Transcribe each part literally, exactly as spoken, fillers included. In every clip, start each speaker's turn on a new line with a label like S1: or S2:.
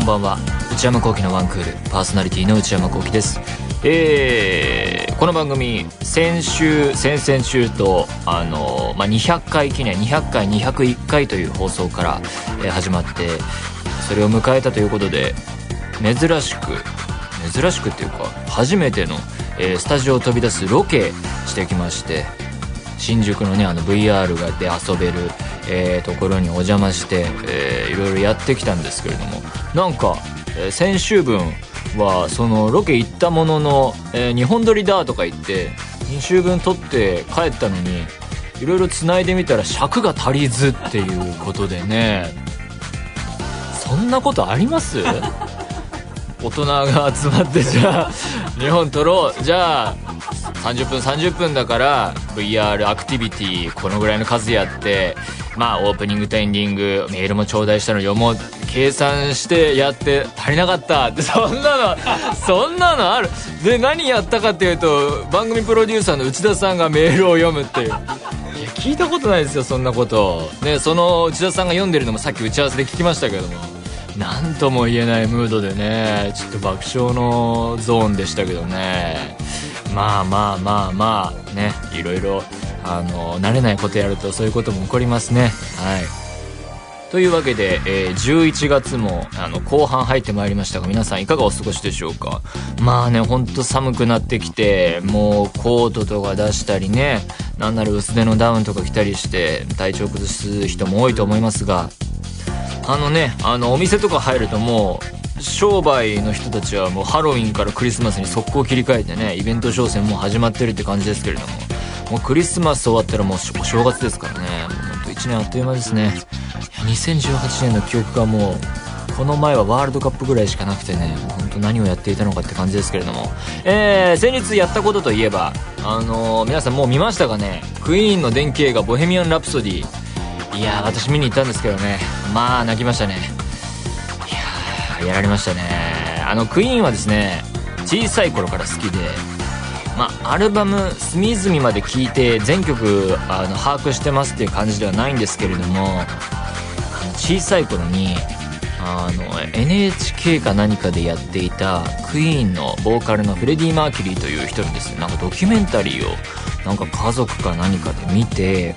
S1: んばんは。内山聖輝のワンクールパーソナリティの内山聖輝です。えー、この番組先週先々週とあの、まあ、にひゃっかい記念にひゃっかいにひゃくいっかいという放送から、えー、始まって、それを迎えたということで、珍しく珍しくっていうか初めての、えー、スタジオを飛び出すロケしてきまして、新宿のねあの ブイアール がで遊べる、えー、ところにお邪魔して、えー、いろいろやってきたんですけれども、なんか、えー、先週分はそのロケ行ったものの、えー、にほん撮りだとか言ってに週分撮って帰ったのに、いろいろ繋いでみたら尺が足りずっていうことでね、そんなことあります？大人が集まってじゃあにほん撮ろう、じゃあさんじゅっぷんさんじゅっぷんだから ブイアール アクティビティこのぐらいの数やって、まあオープニングとエンディングメールも頂戴したの読もう、計算してやって足りなかったって、そんなのそんなのある？で何やったかっていうと、番組プロデューサーの内田さんがメールを読むっていう。いや聞いたことないですよそんなことね。その内田さんが読んでるのもさっき打ち合わせで聞きましたけども、なんとも言えないムードでね、ちょっと爆笑のゾーンでしたけどね。まあまあまあまあね、いろいろあの慣れないことやるとそういうことも起こりますね。はい。というわけで、えー、じゅういちがつもあの後半入ってまいりましたが、皆さんいかがお過ごしでしょうか。まあね、ほんと寒くなってきて、もうコートとか出したりね、なんなら薄手のダウンとか着たりして体調崩す人も多いと思いますが、あのね、あのお店とか入るともう商売の人たちはもうハロウィンからクリスマスに速攻切り替えてね、イベント商戦もう始まってるって感じですけれども、もうクリスマス終わったらもうお正月ですからね。ほんといちねんあっという間ですね。にせんじゅうはちねんの記憶がもうこの前はワールドカップぐらいしかなくてね、ほんと何をやっていたのかって感じですけれども、えー、先日やったことといえば、あのー、皆さんもう見ましたかね、クイーンの電気映画ボヘミアン・ラプソディ。いやー私見に行ったんですけどね、まあ泣きましたね。いやーやられましたね。あのクイーンはですね、小さい頃から好きで、まあアルバム隅々まで聴いて全曲あの把握してますっていう感じではないんですけれども、あの小さい頃にあの エヌエイチケー か何かでやっていたクイーンのボーカルのフレディ・マーキュリーという人にですね、なんかドキュメンタリーをなんか家族か何かで見て、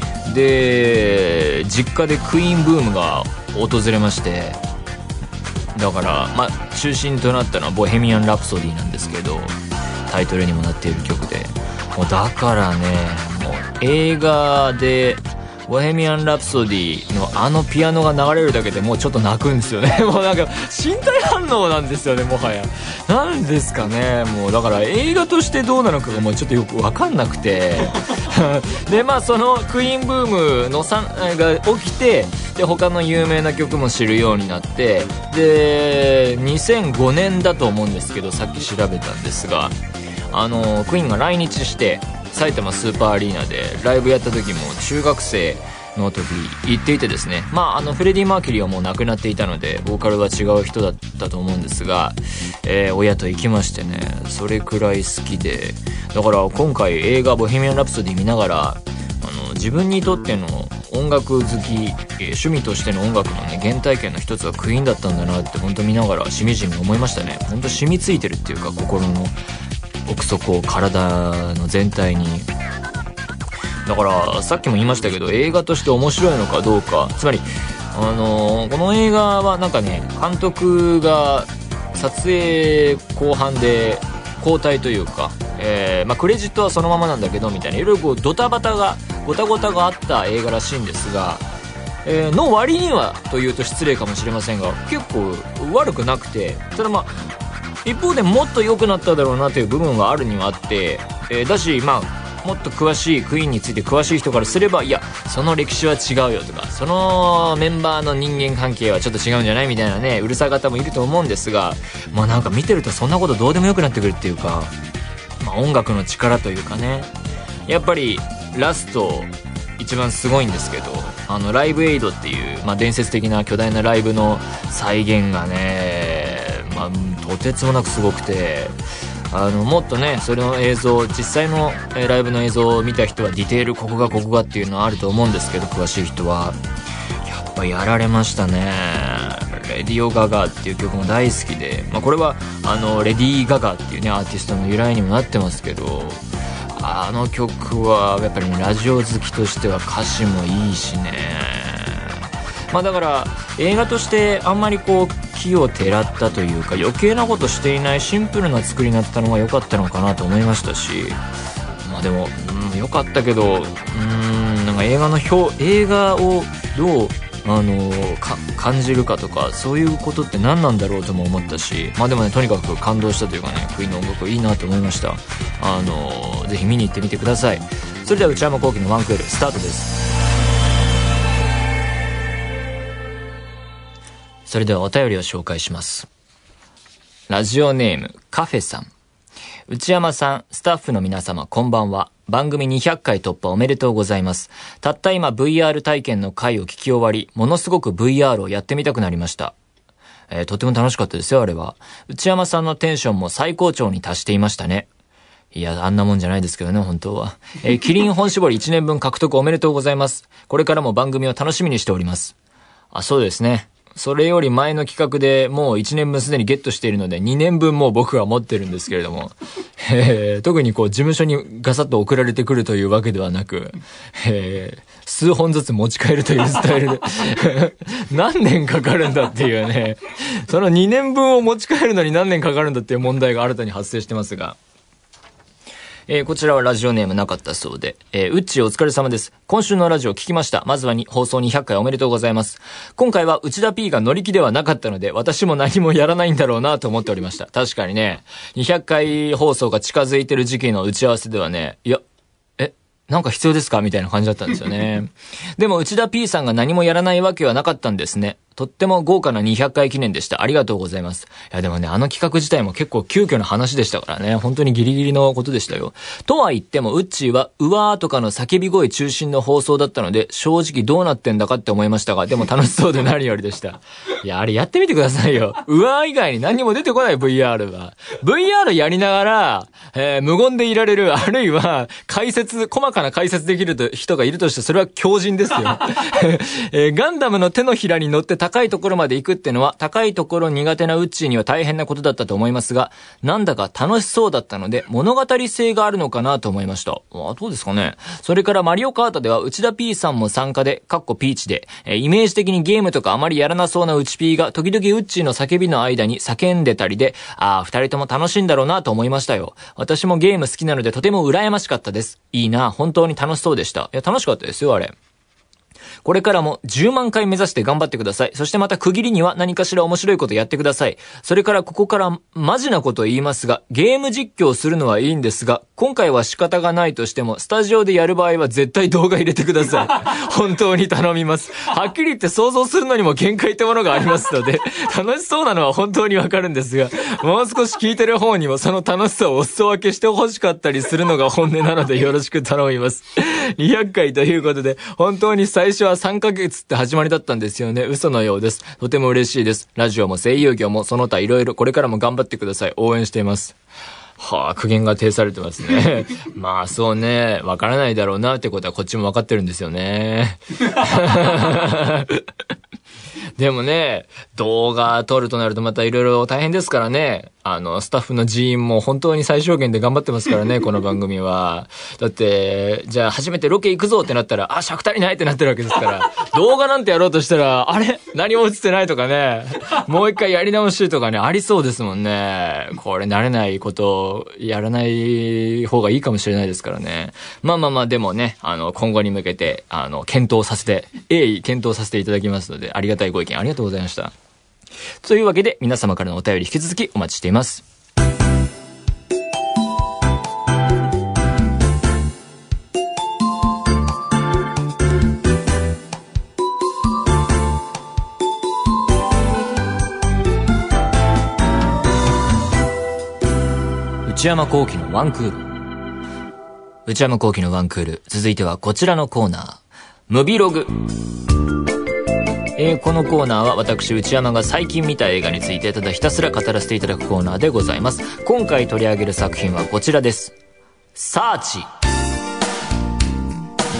S1: で実家でクイーンブームが訪れまして、だからまあ中心となったのはボヘミアン・ラプソディなんですけど、タイトルにもなっている曲で、もうだからね、もう映画でボヘミアン・ラプソディのあのピアノが流れるだけでもうちょっと泣くんですよね。もうなんか身体反応なんですよね、もはや。なんですかね、もうだから映画としてどうなのかがもうちょっとよく分かんなくてでまあそのクイーンブームのさが起きて、で他の有名な曲も知るようになって、でにせんごねんだと思うんですけど、さっき調べたんですが、あのクイーンが来日して埼玉スーパーアリーナでライブやった時も中学生の時行っていてですね、まああのフレディ・マーキュリーはもう亡くなっていたのでボーカルは違う人だったと思うんですが、えー、親と行きましてね、それくらい好きで、だから今回映画ボヘミアン・ラプソディ見ながら、あの自分にとっての音楽好き、えー、趣味としての音楽のね原体験の一つはクイーンだったんだなって本当見ながらしみじみ思いましたね。本当染みついてるっていうか、心の奥底、体の全体に。だからさっきも言いましたけど、映画として面白いのかどうか、つまりあのー、この映画はなんかね、監督が撮影後半で交代というか、えーまあ、クレジットはそのままなんだけどみたいな、いろいろこうドタバタがゴタゴタがあった映画らしいんですが、えー、の割にはというと失礼かもしれませんが、結構悪くなくて、ただまあ一方でもっと良くなっただろうなという部分があるにはあって、えー、だしまあもっと詳しいクイーンについて詳しい人からすれば、いやその歴史は違うよとか、そのメンバーの人間関係はちょっと違うんじゃないみたいなね、うるさ方もいると思うんですが、まあなんか見てるとそんなことどうでもよくなってくるっていうか、まあ音楽の力というかね、やっぱりラスト一番すごいんですけど、あのライブエイドっていう、まあ、伝説的な巨大なライブの再現がね、まあ、とてつもなくすごくて、あのもっとねそれの映像、実際のライブの映像を見た人はディテールここがここがっていうのはあると思うんですけど、詳しい人はやっぱやられましたね。 レディオガガっていう曲も大好きで、まあ、これはあのレディーガガっていうねアーティストの由来にもなってますけど、あの曲はやっぱり、ね、ラジオ好きとしては歌詞もいいしね、まあだから映画としてあんまりこう奇をてらったというか余計なことしていないシンプルな作りになったのが良かったのかなと思いましたし、まあでもうん良かったけど、うーんなんか映画の表映画をどうあのか感じるかとかそういうことって何なんだろうとも思ったし、まあでもねとにかく感動したというかね、クイーンの音楽いいなと思いました。あのぜひ見に行ってみてください。それでは内山聖輝のワンクールスタートです。それではお便りを紹介します。ラジオネームカフェさん。内山さん、スタッフの皆様こんばんは。番組にひゃっかい突破おめでとうございます。たった今 ブイアール 体験の回を聞き終わり、ものすごく ブイアール をやってみたくなりました。えー、とても楽しかったですよ、あれは。内山さんのテンションも最高潮に達していましたね。いや、あんなもんじゃないですけどね、本当は。えー、キリン本搾りいちねんぶん獲得おめでとうございます。これからも番組を楽しみにしております。あ、そうですね。それより前の企画でもういちねんぶんすでにゲットしているのでにねんぶんもう僕は持ってるんですけれども、えー、特にこう事務所にガサッと送られてくるというわけではなく、えー、数本ずつ持ち帰るというスタイルで何年かかるんだっていうね、そのにねんぶんを持ち帰るのに何年かかるんだっていう問題が新たに発生してますが、えー、こちらはラジオネームなかったそうで、えー、うっちーお疲れ様です。今週のラジオ聞きました。まずはに放送にひゃっかいおめでとうございます。今回は内田 P が乗り気ではなかったので、私も何もやらないんだろうなと思っておりました。確かにね、にひゃっかい放送が近づいてる時期の打ち合わせではね、いや、え、なんか必要ですかみたいな感じだったんですよね。でも内田 P さんが何もやらないわけはなかったんですね。とっても豪華なにひゃっかい記念でした。ありがとうございます。いやでもね、あの企画自体も結構急遽の話でしたからね、本当にギリギリのことでしたよ。とは言っても、ウッチーはうわーとかの叫び声中心の放送だったので、正直どうなってんだかって思いましたが、でも楽しそうで何よりでした。いや、あれやってみてくださいよ。うわー以外に何も出てこない ブイアール は。ブイアール やりながら、えー、無言でいられる、あるいは解説、細かな解説できる人がいるとして、それは強靭ですよ。えー、ガンダムの手のひらに乗って高いところまで行くってのは、高いところ苦手なウッチーには大変なことだったと思いますが、なんだか楽しそうだったので物語性があるのかなと思いました。あ、どうですかね。それからマリオカートでは内田 P さんも参加で、かっこピーチで、えー、イメージ的にゲームとかあまりやらなそうな内 P が時々ウッチーの叫びの間に叫んでたりで、ああ、二人とも楽しいんだろうなと思いましたよ。私もゲーム好きなのでとても羨ましかったです。いいな、本当に楽しそうでした。いや、楽しかったですよ、あれ。これからもじゅうまんかい目指して頑張ってください。そしてまた区切りには何かしら面白いことやってください。それからここからマジなことを言いますが、ゲーム実況するのはいいんですが、今回は仕方がないとしても、スタジオでやる場合は絶対動画入れてください。本当に頼みます。はっきり言って想像するのにも限界ってものがありますので、楽しそうなのは本当にわかるんですが、もう少し聞いてる方にもその楽しさをお裾分けしてほしかったりするのが本音なのでよろしく頼みます。にひゃっかいということで、本当に最初はさんかげつって始まりだったんですよね。嘘のようです。とても嬉しいです。ラジオも声優業もその他いろいろこれからも頑張ってください。応援しています。はあ、苦言が呈されてますね。まあそうね、わからないだろうなってことはこっちもわかってるんですよね。でもね、動画撮るとなるとまたいろいろ大変ですからね。あの、スタッフの人員も本当に最小限で頑張ってますからね、この番組は。だって、じゃあ初めてロケ行くぞってなったら、あ、尺足りないってなってるわけですから。動画なんてやろうとしたら、あれ何も映ってないとかね。もう一回やり直しとかね、ありそうですもんね。これ慣れないことやらない方がいいかもしれないですからね。まあまあまあ、でもね、あの、今後に向けて、あの、検討させて、鋭意検討させていただきますので、ありがたいご意見ありがとうございました。というわけで皆様からのお便り引き続きお待ちしています。内山聖輝のワンクール。内山聖輝のワンクール、続いてはこちらのコーナー、ムビログ。えー、このコーナーは私内山が最近見た映画についてただひたすら語らせていただくコーナーでございます。今回取り上げる作品はこちらです。サーチ。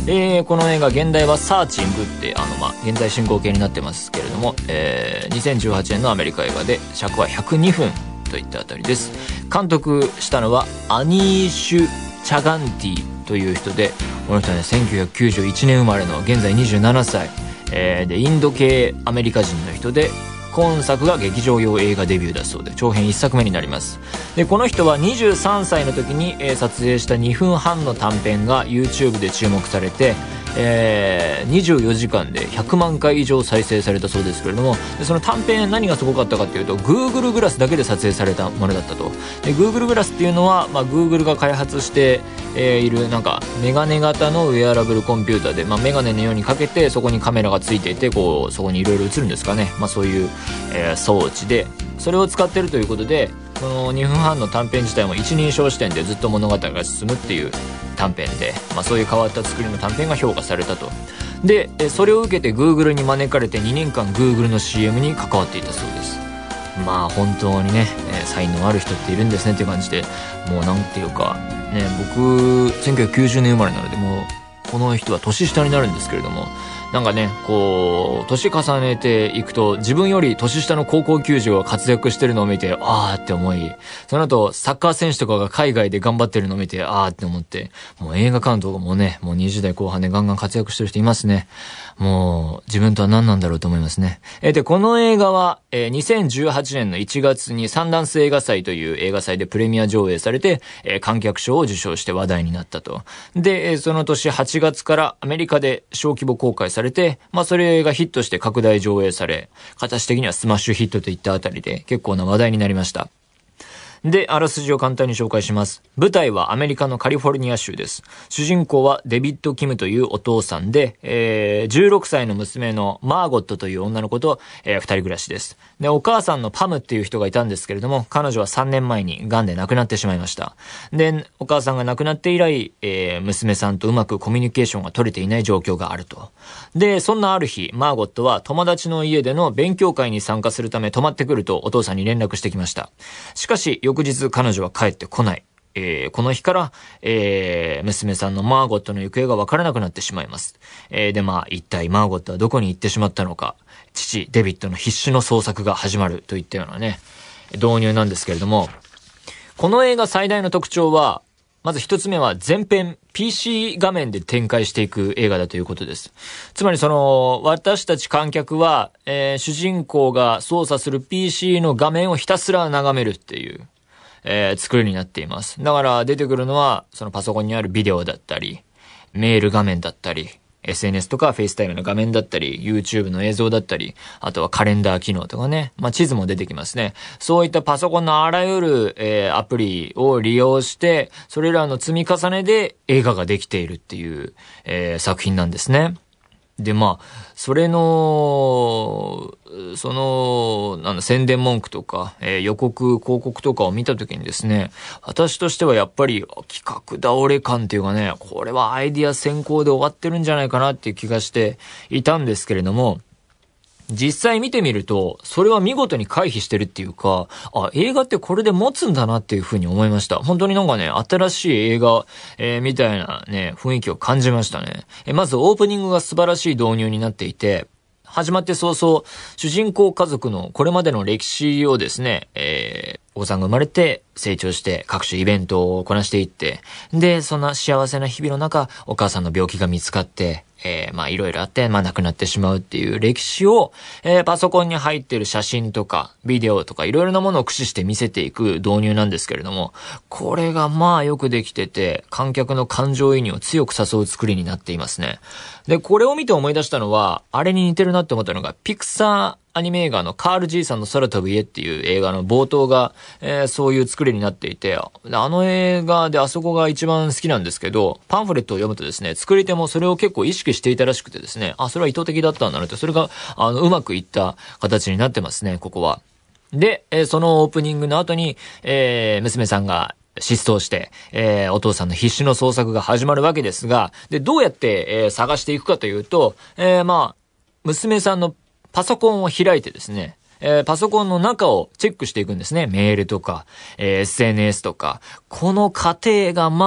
S1: えー、この映画現代はサーチングってあの、まあ、現在進行形になってますけれども、えー、にせんじゅうはちねんのアメリカ映画で尺はひゃくにふんといったあたりです。監督したのはアニーシュ・チャガンティという人で、この人はねせんきゅうひゃくきゅうじゅういちねん生まれの現在にじゅうななさい、えー、でインド系アメリカ人の人で、今作が劇場用映画デビューだそうで、長編いっさくめになります。でこの人はにじゅうさんさいの時に、えー、撮影したにふんはんの短編が YouTube で注目されて、えー、にじゅうよじかんでひゃくまんかい以上再生されたそうですけれども、でその短編何がすごかったかっていうと Google グラスだけで撮影されたものだったと。で Google グラスっていうのは、まあ、Google が開発して、えー、いるなんかメガネ型のウェアラブルコンピューターで、まあ、メガネのようにかけてそこにカメラがついていて、こうそこにいろいろ映るんですかね、まあ、そういう、えー、装置でそれを使ってるということで、このにふんはんの短編自体も一人称視点でずっと物語が進むっていう短編で、まあ、そういう変わった作りの短編が評価されたと。でそれを受けて Google に招かれてにねんかん Google の シーエム に関わっていたそうです。まあ本当にね、えー、才能ある人っているんですねっていう感じで、もうなんていうかね、僕せんきゅうひゃくきゅうじゅうねん生まれなので、もうこの人は年下になるんですけれども、なんかねこう年重ねていくと自分より年下の高校球児が活躍してるのを見てあーって思い、その後サッカー選手とかが海外で頑張ってるのを見てあーって思って、もう映画監督もねもうにじゅうだいこう半でガンガン活躍してる人いますね。もう自分とは何なんだろうと思いますね。えー、でこの映画は、えー、にせんじゅうはちねんのいちがつにサンダンス映画祭という映画祭でプレミア上映されて、えー、観客賞を受賞して話題になったと。で、えー、その年はちがつからアメリカで小規模公開されて、まあそれがヒットして拡大上映され、形的にはスマッシュヒットといったあたりで結構な話題になりました。で、あらすじを簡単に紹介します。舞台はアメリカのカリフォルニア州です。主人公はデビッド・キムというお父さんで、えー、じゅうろくさいの娘のマーゴットという女の子と、えー、二人暮らしです。で、お母さんのパムっていう人がいたんですけれども、彼女はさんねんまえに癌で亡くなってしまいました。で、お母さんが亡くなって以来、えー、娘さんとうまくコミュニケーションが取れていない状況があると。で、そんなある日、マーゴットは友達の家での勉強会に参加するため泊まってくるとお父さんに連絡してきました。しかし、翌日彼女は帰ってこない。えー、この日から、えー、娘さんのマーゴットの行方がわからなくなってしまいます。えー、で、まあ、一体マーゴットはどこに行ってしまったのか、父、デビッドの必死の捜索が始まるといったようなね、導入なんですけれども、この映画最大の特徴は、まず一つ目は全編 ピーシー 画面で展開していく映画だということです。つまりその、私たち観客は、えー、主人公が操作する ピーシー の画面をひたすら眺めるっていう、えー、作りになっています。だから出てくるのは、そのパソコンにあるビデオだったり、メール画面だったり、エスエヌエス とか FaceTime の画面だったり、YouTube の映像だったり、あとはカレンダー機能とかね、まあ、地図も出てきますね。そういったパソコンのあらゆる、えー、アプリを利用して、それらの積み重ねで映画ができているっていう、えー、作品なんですね。で、まあ、それの、その、なんだ、宣伝文句とか、えー、予告、広告とかを見たときにですね、私としてはやっぱり企画倒れ感っていうかね、これはアイディア先行で終わってるんじゃないかなっていう気がしていたんですけれども、実際見てみると、それは見事に回避してるっていうか、あ、映画ってこれで持つんだなっていう風に思いました。本当になんかね、新しい映画、えー、みたいなね、雰囲気を感じましたね。えー、まずオープニングが素晴らしい導入になっていて、始まって早々、主人公家族のこれまでの歴史をですね、えー、お子さんが生まれて成長して各種イベントをこなしていって、で、そんな幸せな日々の中、お母さんの病気が見つかって、えー、まあいろいろあって、まあ亡くなってしまうっていう歴史を、えー、パソコンに入っている写真とか、ビデオとかいろいろなものを駆使して見せていく導入なんですけれども、これがまあよくできてて、観客の感情移入を強く誘う作りになっていますね。で、これを見て思い出したのは、あれに似てるなって思ったのが、ピクサーアニメ映画のカール G さんの空飛ぶ家っていう映画の冒頭が、えー、そういう作りになっていて、あの映画であそこが一番好きなんですけど、パンフレットを読むとですね、作り手もそれを結構意識していたらしくてですね、あ、それは意図的だったんだなって、それが、あの、うまくいった形になってますね、ここは。で、えー、そのオープニングの後に、えー、娘さんが、失踪して、えー、お父さんの必死の捜索が始まるわけですが、で、どうやって、えー、探していくかというと、えー、まあ、娘さんのパソコンを開いてですね、えー、パソコンの中をチェックしていくんですね。メールとか、えー、エスエヌエス とか。この過程がまあ、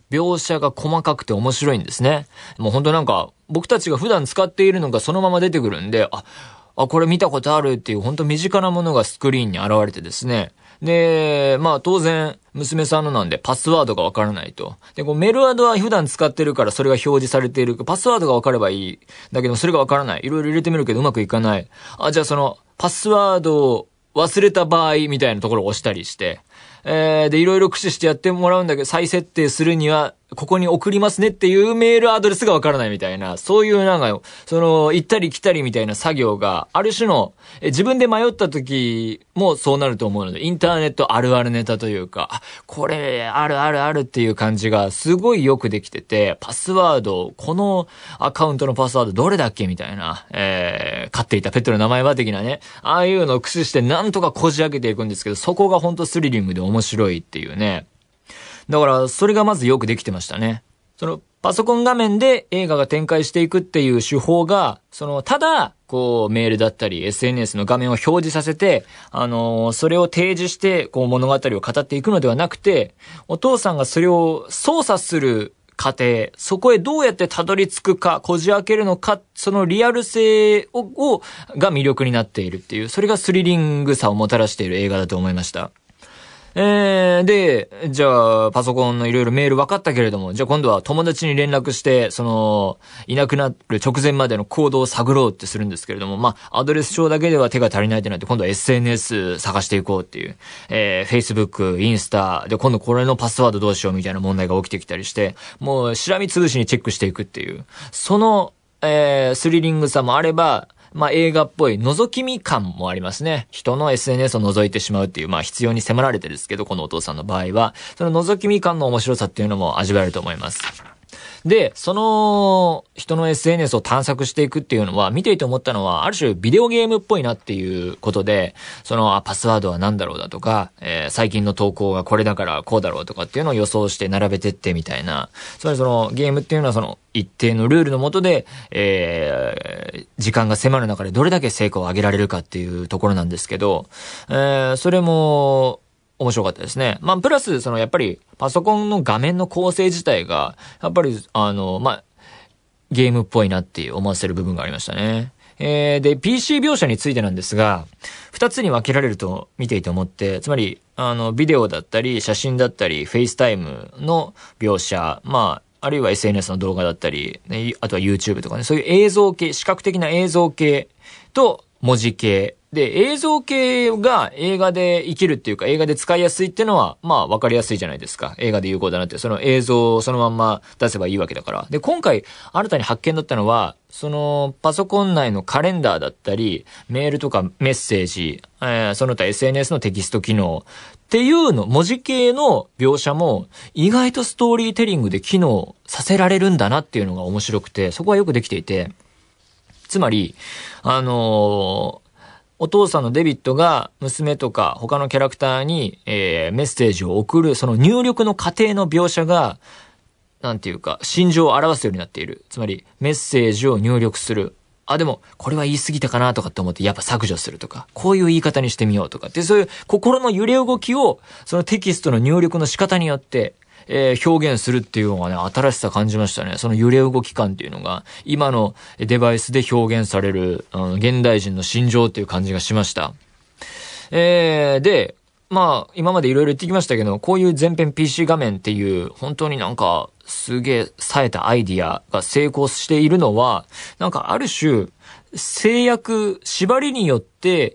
S1: 描写が細かくて面白いんですね。もうほんとなんか、僕たちが普段使っているのがそのまま出てくるんで、あ、あ、これ見たことあるっていうほんと身近なものがスクリーンに現れてですね。で、まあ当然、娘さんのなんでパスワードがわからないと。で、こうメールアドは普段使ってるからそれが表示されている。パスワードがわかればいい。だけどそれがわからない。いろいろ入れてみるけどうまくいかない。あ、じゃあその、パスワードを忘れた場合みたいなところを押したりして、えー、で、いろいろ駆使してやってもらうんだけど、再設定するには、ここに送りますねっていうメールアドレスがわからないみたいな、そういうなんか、その、行ったり来たりみたいな作業が、ある種の、え自分で迷った時もそうなると思うので、インターネットあるあるネタというか、あ、これ、あるあるあるっていう感じがすごいよくできてて、パスワード、このアカウントのパスワードどれだっけみたいな、えー、飼っていたペットの名前は的なね、ああいうのを駆使してなんとかこじ開けていくんですけど、そこがほんとスリリングで面白いっていうね。だから、それがまずよくできてましたね。その、パソコン画面で映画が展開していくっていう手法が、その、ただ、こう、メールだったり、エスエヌエス の画面を表示させて、あのー、それを提示して、こう、物語を語っていくのではなくて、お父さんがそれを操作する過程、そこへどうやってたどり着くか、こじ開けるのか、そのリアル性を、をが魅力になっているっていう、それがスリリングさをもたらしている映画だと思いました。えー、で、じゃあ、パソコンのいろいろメール分かったけれども、じゃあ今度は友達に連絡して、その、いなくなる直前までの行動を探ろうってするんですけれども、まあ、アドレス帳だけでは手が足りないってなって、今度は エスエヌエス 探していこうっていう、えー、Facebook、インスタ、で、今度これのパスワードどうしようみたいな問題が起きてきたりして、もう、しらみつぶしにチェックしていくっていう、その、えー、スリリングさもあれば、まあ、映画っぽい覗き見感もありますね。人の エスエヌエス を覗いてしまうっていう、まあ、必要に迫られてですけど、このお父さんの場合は、その覗き見感の面白さっていうのも味わえると思います。で、その人の エスエヌエス を探索していくっていうのは、見ていて思ったのは、ある種ビデオゲームっぽいなっていうことで、その、あ、パスワードは何だろうだとか、えー、最近の投稿がこれだからこうだろうとかっていうのを予想して並べてってみたいな、つまりそのゲームっていうのはその一定のルールの下で、えー、時間が迫る中でどれだけ成果を上げられるかっていうところなんですけど、えー、それも、面白かったですね。まあ、プラス、その、やっぱり、パソコンの画面の構成自体が、やっぱり、あの、まあ、ゲームっぽいなって思わせる部分がありましたね。えー、で、ピーシー 描写についてなんですが、二つに分けられると見ていて思って、つまり、あの、ビデオだったり、写真だったり、フェイスタイムの描写、まあ、あるいは エスエヌエス の動画だったり、あとは YouTube とかね、そういう映像系、視覚的な映像系と文字系、で、映像系が映画で生きるっていうか映画で使いやすいっていうのは、まあ分かりやすいじゃないですか。映画で有効だなって、その映像をそのまんま出せばいいわけだから。で、今回新たに発見だったのは、そのパソコン内のカレンダーだったり、メールとかメッセージ、えー、その他 エスエヌエス のテキスト機能っていうの、文字系の描写も意外とストーリーテリングで機能させられるんだなっていうのが面白くて、そこはよくできていて、つまり、あのー、お父さんのデビッドが娘とか他のキャラクターに、えー、メッセージを送る、その入力の過程の描写が、なんていうか、心情を表すようになっている。つまり、メッセージを入力する。あ、でも、これは言い過ぎたかなとかって思って、やっぱ削除するとか、こういう言い方にしてみようとかって、そういう心の揺れ動きを、そのテキストの入力の仕方によって、えー、表現するっていうのがね、新しさ感じましたね。その揺れ動き感っていうのが、今のデバイスで表現される、うん、現代人の心情っていう感じがしました。えー、で、まあ、今までいろいろ言ってきましたけど、こういう全編 ピーシー 画面っていう、本当になんか、すげえ冴えたアイディアが成功しているのは、なんかある種、制約、縛りによって、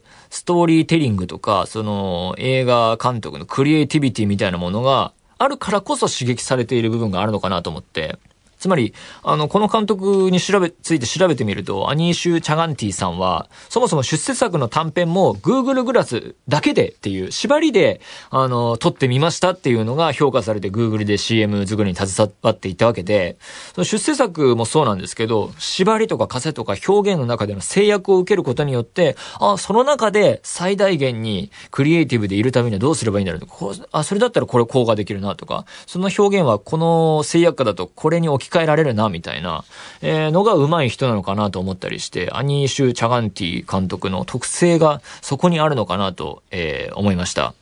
S1: ストーリーテリングとか、その映画監督のクリエイティビティみたいなものが、あるからこそ刺激されている部分があるのかなと思って。つまり、あの、この監督に調べ、ついて調べてみると、アニーシュ・チャガンティさんは、そもそも出世作の短編も Google グラスだけでっていう縛りで、あの、撮ってみましたっていうのが評価されて Google で シーエム 作りに携わっていたわけで、その出世作もそうなんですけど、縛りとか枷とか表現の中での制約を受けることによって、あ、その中で最大限にクリエイティブでいるためにはどうすればいいんだろうとか、あ、それだったらこれこうができるなとか、その表現はこの制約下だとこれに置き換えられるなみたいな、えー、のが上手い人なのかなと思ったりして、アニーシュ・チャガンティ監督の特性がそこにあるのかなと、えー、思いました。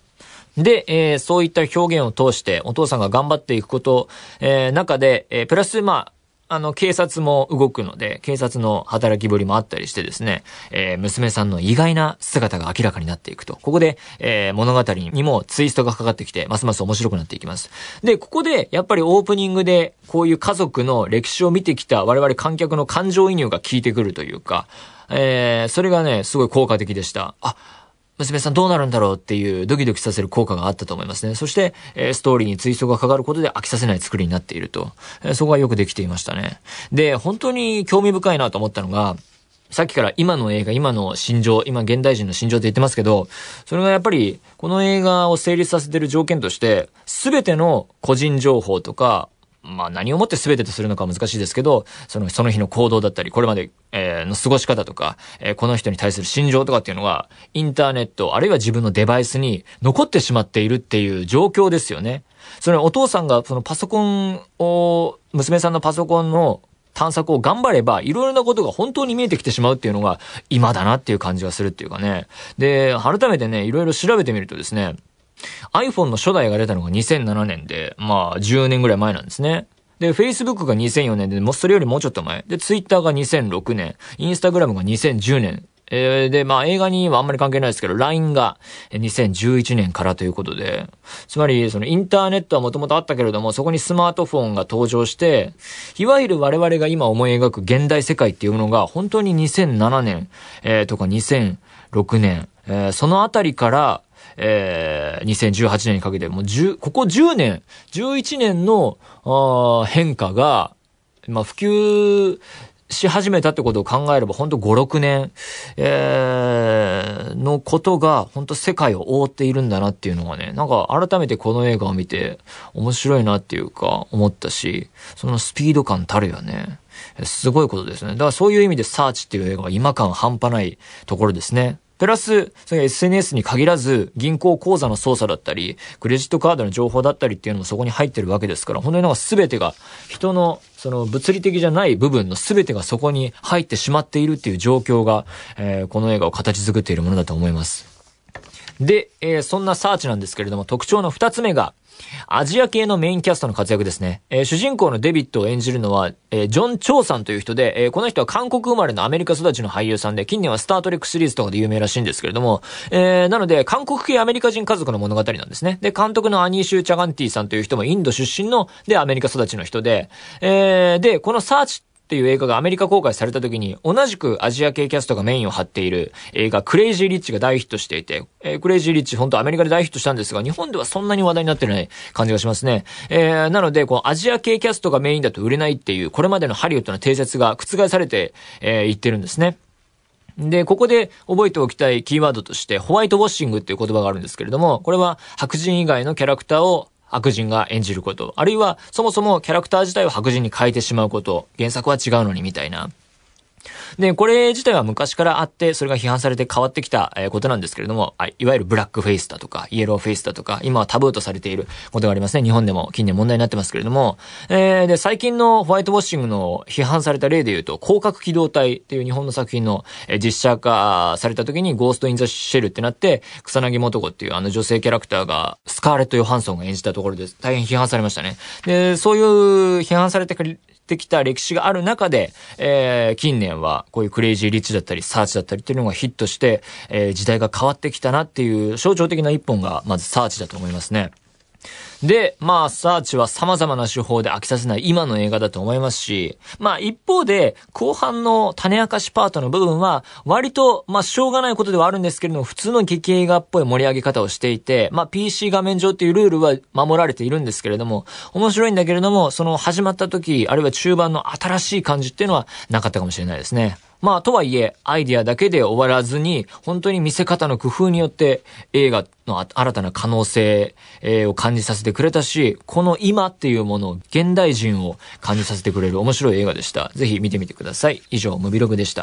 S1: で、えー、そういった表現を通してお父さんが頑張っていくこと、えー、中で、えー、プラス、まあ、あの、警察も動くので、警察の働きぶりもあったりしてですね、えー、娘さんの意外な姿が明らかになっていくと。ここで、えー、物語にもツイストがかかってきて、ますます面白くなっていきます。で、ここで、やっぱりオープニングで、こういう家族の歴史を見てきた我々観客の感情移入が効いてくるというか、えー、それがね、すごい効果的でした。あ、娘さんどうなるんだろうっていうドキドキさせる効果があったと思いますね。そして、えー、ストーリーにツイストがかかることで飽きさせない作りになっていると。えー、そこがよくできていましたね。で、本当に興味深いなと思ったのが、さっきから今の映画、今の心情、今現代人の心情って言ってますけど、それがやっぱりこの映画を成立させている条件として、すべての個人情報とか、まあ何をもって全てとするのかは難しいですけど、その、その日の行動だったり、これまで、えー、の過ごし方とか、えー、この人に対する心情とかっていうのが、インターネット、あるいは自分のデバイスに残ってしまっているっていう状況ですよね。それお父さんがそのパソコンを、娘さんのパソコンの探索を頑張れば、いろいろなことが本当に見えてきてしまうっていうのが、今だなっていう感じがするっていうかね。で、改めてね、いろいろ調べてみるとですね、iPhone の初代が出たのがにせんななねんで、まあじゅうねんぐらい前なんですね。で、Facebook がにせんよねんで、もうそれよりもうちょっと前。で、Twitter がにせんろくねん、Instagram がにせんじゅうねん。えー、で、まあ映画にはあんまり関係ないですけど、ライン がにせんじゅういちねんからということで、つまりそのインターネットはもともとあったけれども、そこにスマートフォンが登場して、いわゆる我々が今思い描く現代世界っていうものが、本当ににせんななねん、えー、とかにせんろくねん、えー、そのあたりから、えー、にせんじゅうはちねんにかけて、もうじゅう、ここじゅうねん、じゅういちねんの、あ変化が、まあ、普及し始めたってことを考えれば、ほんとご、ろくねん、えー、のことが、ほんと世界を覆っているんだなっていうのがね、なんか改めてこの映画を見て、面白いなっていうか、思ったし、そのスピード感たるやね。すごいことですね。だからそういう意味でサーチっていう映画は今感半端ないところですね。プラス、それ エスエヌエス に限らず、銀行口座の操作だったり、クレジットカードの情報だったりっていうのもそこに入ってるわけですから、本当になんか全てが、人の、その物理的じゃない部分の全てがそこに入ってしまっているっていう状況が、えー、この映画を形作っているものだと思います。で、えー、そんなサーチなんですけれども、特徴の二つ目が、アジア系のメインキャストの活躍ですね。えー、主人公のデビッドを演じるのは、えー、ジョン・チョウさんという人で、えー、この人は韓国生まれのアメリカ育ちの俳優さんで、近年はスタートレックシリーズとかで有名らしいんですけれども、えー、なので、韓国系アメリカ人家族の物語なんですね。で、監督のアニーシュ・チャガンティさんという人もインド出身の、で、アメリカ育ちの人で、えー、で、このサーチっていう映画がアメリカ公開された時に同じくアジア系キャストがメインを張っている映画クレイジーリッチが大ヒットしていて、えー、クレイジーリッチ本当アメリカで大ヒットしたんですが、日本ではそんなに話題になってない感じがしますね。えー、なのでこうアジア系キャストがメインだと売れないっていうこれまでのハリウッドの定説が覆されて、えー、いってるんですね。で、ここで覚えておきたいキーワードとしてホワイトウォッシングっていう言葉があるんですけれども、これは白人以外のキャラクターを白人が演じること、あるいはそもそもキャラクター自体を白人に変えてしまうこと、原作は違うのにみたいな。で、これ自体は昔からあって、それが批判されて変わってきたことなんですけれども、いわゆるブラックフェイスだとか、イエローフェイスだとか、今はタブーとされていることがありますね。日本でも近年問題になってますけれども、えー、で、最近のホワイトウォッシングの批判された例で言うと、広角機動隊っていう日本の作品の実写化された時に、ゴースト・イン・ザ・シェルってなって、草薙素子っていうあの女性キャラクターが、スカーレット・ヨハンソンが演じたところです。大変批判されましたね。で、そういう批判されてくる、てきた歴史がある中で、えー、近年はこういうクレイジーリッチだったりサーチだったりっていうのがヒットして、えー、時代が変わってきたなっていう象徴的な一本がまずサーチだと思いますね。で、まあ、サーチは様々な手法で飽きさせない今の映画だと思いますし、まあ一方で、後半の種明かしパートの部分は、割と、まあしょうがないことではあるんですけれども、普通の劇映画っぽい盛り上げ方をしていて、まあ ピーシー 画面上っていうルールは守られているんですけれども、面白いんだけれども、その始まった時、あるいは中盤の新しい感じっていうのはなかったかもしれないですね。まあ、とはいえ、アイディアだけで終わらずに、本当に見せ方の工夫によって映画の新たな可能性を感じさせてくれたし、この今っていうものを、現代人を感じさせてくれる面白い映画でした。ぜひ見てみてください。以上、ムビログでした。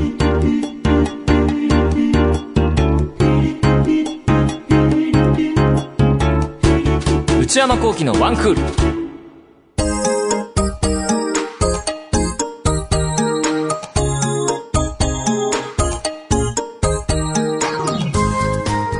S1: 内山聖輝のワンクール。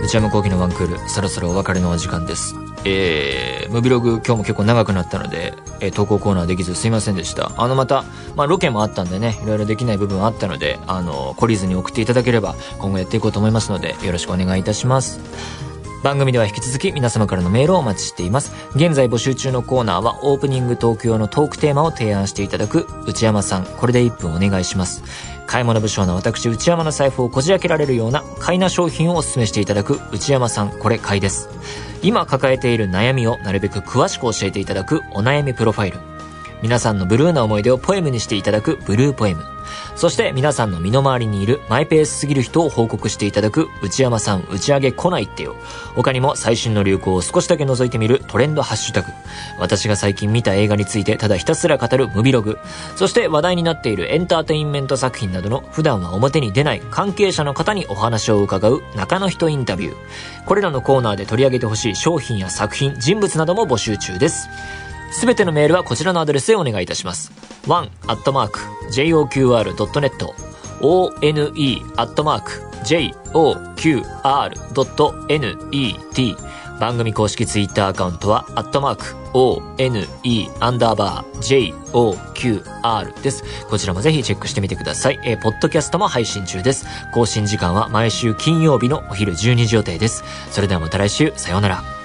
S1: 内山聖輝のワンクール、そろそろお別れのお時間です。えー、ムビログ今日も結構長くなったので、えー、投稿コーナーできずすいませんでした。あのまた、まあロケもあったんでね、いろいろできない部分はあったので、あの、懲りずに送っていただければ今後やっていこうと思いますので、よろしくお願いいたします。番組では引き続き皆様からのメールをお待ちしています。現在募集中のコーナーはオープニングトーク用のトークテーマを提案していただく内山さん、これでいっぷんお願いします。買い物不詳な私内山の財布をこじ開けられるような買いな商品をお勧めしていただく内山さん、これ買いです。今抱えている悩みをなるべく詳しく教えていただくお悩みプロファイル。皆さんのブルーな思い出をポエムにしていただくブルーポエム。そして皆さんの身の回りにいるマイペースすぎる人を報告していただく内山さん打ち上げ来ないってよ。他にも最新の流行を少しだけ覗いてみるトレンドハッシュタグ。私が最近見た映画についてただひたすら語るムビログ。そして話題になっているエンターテインメント作品などの普段は表に出ない関係者の方にお話を伺う中の人インタビュー。これらのコーナーで取り上げてほしい商品や作品、人物なども募集中です。すべてのメールはこちらのアドレスへお願いいたします。ワン アットマーク ジェイオーキューアール ドットネット オーエヌイー アットマーク ジェイオーキューアール ドットネット 番組公式ツイッターアカウントはアットマーク オーエヌイー アンダーバー ジェイオーキューアール です。こちらもぜひチェックしてみてください。えー、ポッドキャストも配信中です。更新時間は毎週金曜日のお昼じゅうにじ予定です。それではまた来週、さようなら。